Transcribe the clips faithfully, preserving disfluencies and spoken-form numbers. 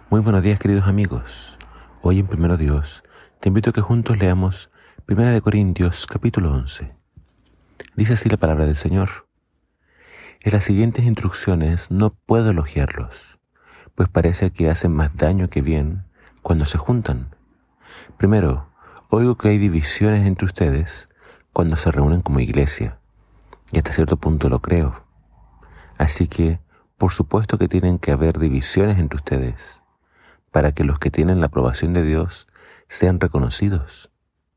Muy buenos días, queridos amigos. Hoy en Primero Dios te invito a que juntos leamos Primera de Corintios capítulo once. Dice así la palabra del Señor. En las siguientes instrucciones no puedo elogiarlos, pues parece que hacen más daño que bien cuando se juntan. Primero, oigo que hay divisiones entre ustedes cuando se reúnen como iglesia, y hasta cierto punto lo creo. Así que, por supuesto que tienen que haber divisiones entre ustedes, para que los que tienen la aprobación de Dios sean reconocidos.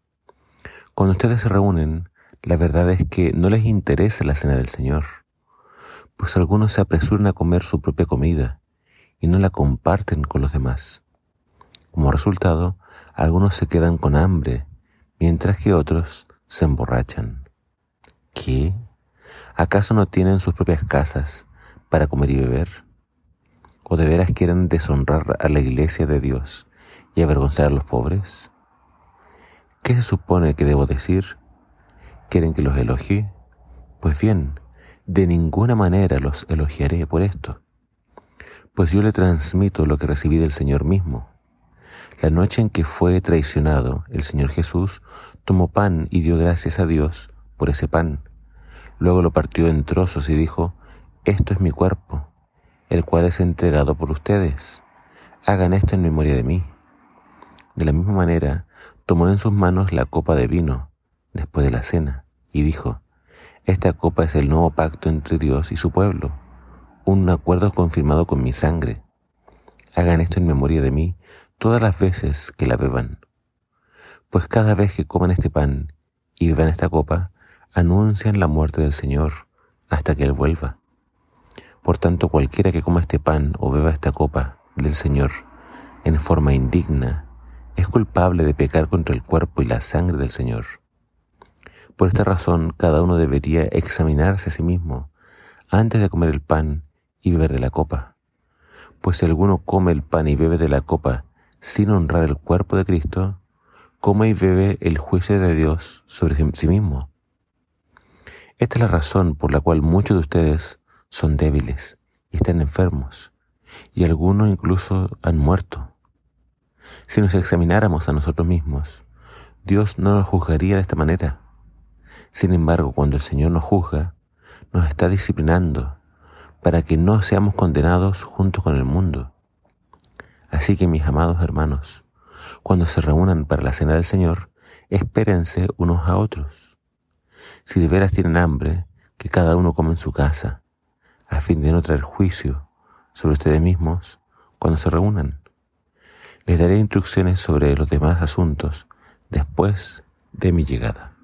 Cuando ustedes se reúnen, la verdad es que no les interesa la cena del Señor, pues algunos se apresuran a comer su propia comida y no la comparten con los demás. Como resultado, algunos se quedan con hambre, mientras que otros se emborrachan. ¿Qué? ¿Acaso no tienen sus propias casas para comer y beber? ¿O de veras quieren deshonrar a la iglesia de Dios y avergonzar a los pobres? ¿Qué se supone que debo decir? ¿Quieren que los elogie? Pues bien, de ninguna manera los elogiaré por esto, pues yo le transmito lo que recibí del Señor mismo. La noche en que fue traicionado, el Señor Jesús tomó pan y dio gracias a Dios por ese pan. Luego lo partió en trozos y dijo, «Esto es mi cuerpo, el cual es entregado por ustedes. Hagan esto en memoria de mí». De la misma manera, tomó en sus manos la copa de vino, después de la cena, y dijo, «Esta copa es el nuevo pacto entre Dios y su pueblo, un acuerdo confirmado con mi sangre. Hagan esto en memoria de mí todas las veces que la beban. Pues cada vez que coman este pan y beban esta copa, anuncian la muerte del Señor hasta que Él vuelva. Por tanto, cualquiera que coma este pan o beba esta copa del Señor en forma indigna es culpable de pecar contra el cuerpo y la sangre del Señor. Por esta razón, cada uno debería examinarse a sí mismo antes de comer el pan y beber de la copa. Pues si alguno come el pan y bebe de la copa sin honrar el cuerpo de Cristo, come y bebe el juicio de Dios sobre sí mismo. Esta es la razón por la cual muchos de ustedes son débiles y están enfermos, y algunos incluso han muerto. Si nos examináramos a nosotros mismos, Dios no nos juzgaría de esta manera. Sin embargo, cuando el Señor nos juzga, nos está disciplinando para que no seamos condenados junto con el mundo. Así que, mis amados hermanos, cuando se reúnan para la cena del Señor, espérense unos a otros. Si de veras tienen hambre, que cada uno come en su casa, a fin de no traer juicio sobre ustedes mismos cuando se reúnan. Les daré instrucciones sobre los demás asuntos después de mi llegada.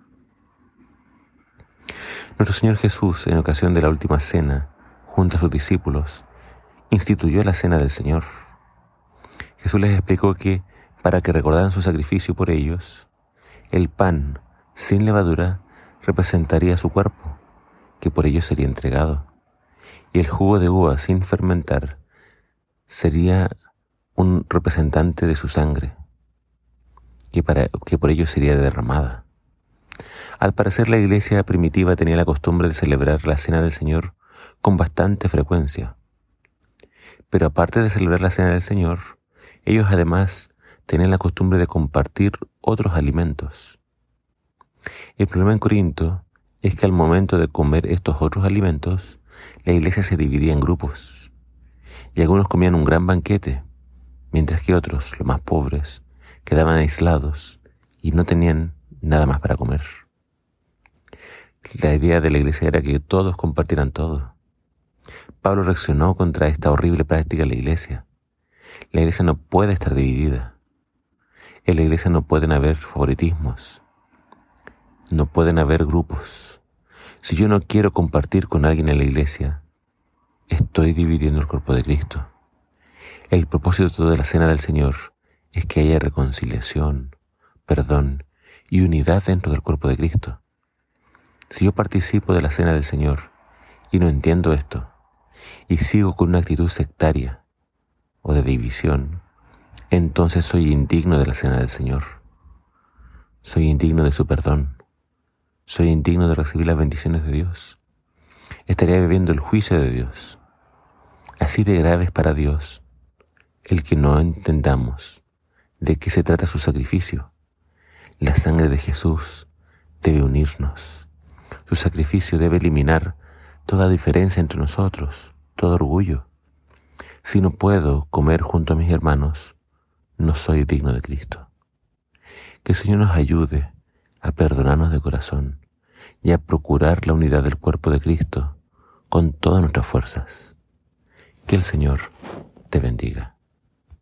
Nuestro Señor Jesús, en ocasión de la última cena, junto a sus discípulos, instituyó la cena del Señor. Jesús les explicó que, para que recordaran su sacrificio por ellos, el pan sin levadura representaría su cuerpo, que por ellos sería entregado, y el jugo de uva sin fermentar sería un representante de su sangre, que, para, que por ellos sería derramada. Al parecer, la iglesia primitiva tenía la costumbre de celebrar la cena del Señor con bastante frecuencia. Pero aparte de celebrar la cena del Señor, ellos además tenían la costumbre de compartir otros alimentos. El problema en Corinto es que al momento de comer estos otros alimentos, la iglesia se dividía en grupos, y algunos comían un gran banquete, mientras que otros, los más pobres, quedaban aislados y no tenían nada más para comer. La idea de la iglesia era que todos compartieran todo. Pablo reaccionó contra esta horrible práctica en la iglesia. La iglesia no puede estar dividida. En la iglesia no pueden haber favoritismos. No pueden haber grupos. Si yo no quiero compartir con alguien en la iglesia, estoy dividiendo el cuerpo de Cristo. El propósito de la cena del Señor es que haya reconciliación, perdón y unidad dentro del cuerpo de Cristo. Si yo participo de la cena del Señor y no entiendo esto, y sigo con una actitud sectaria o de división, entonces soy indigno de la cena del Señor. Soy indigno de su perdón. Soy indigno de recibir las bendiciones de Dios. Estaría viviendo el juicio de Dios. Así de grave es para Dios el que no entendamos de qué se trata su sacrificio. La sangre de Jesús debe unirnos. Su sacrificio debe eliminar toda diferencia entre nosotros, todo orgullo. Si no puedo comer junto a mis hermanos, no soy digno de Cristo. Que el Señor nos ayude a perdonarnos de corazón y a procurar la unidad del cuerpo de Cristo con todas nuestras fuerzas. Que el Señor te bendiga.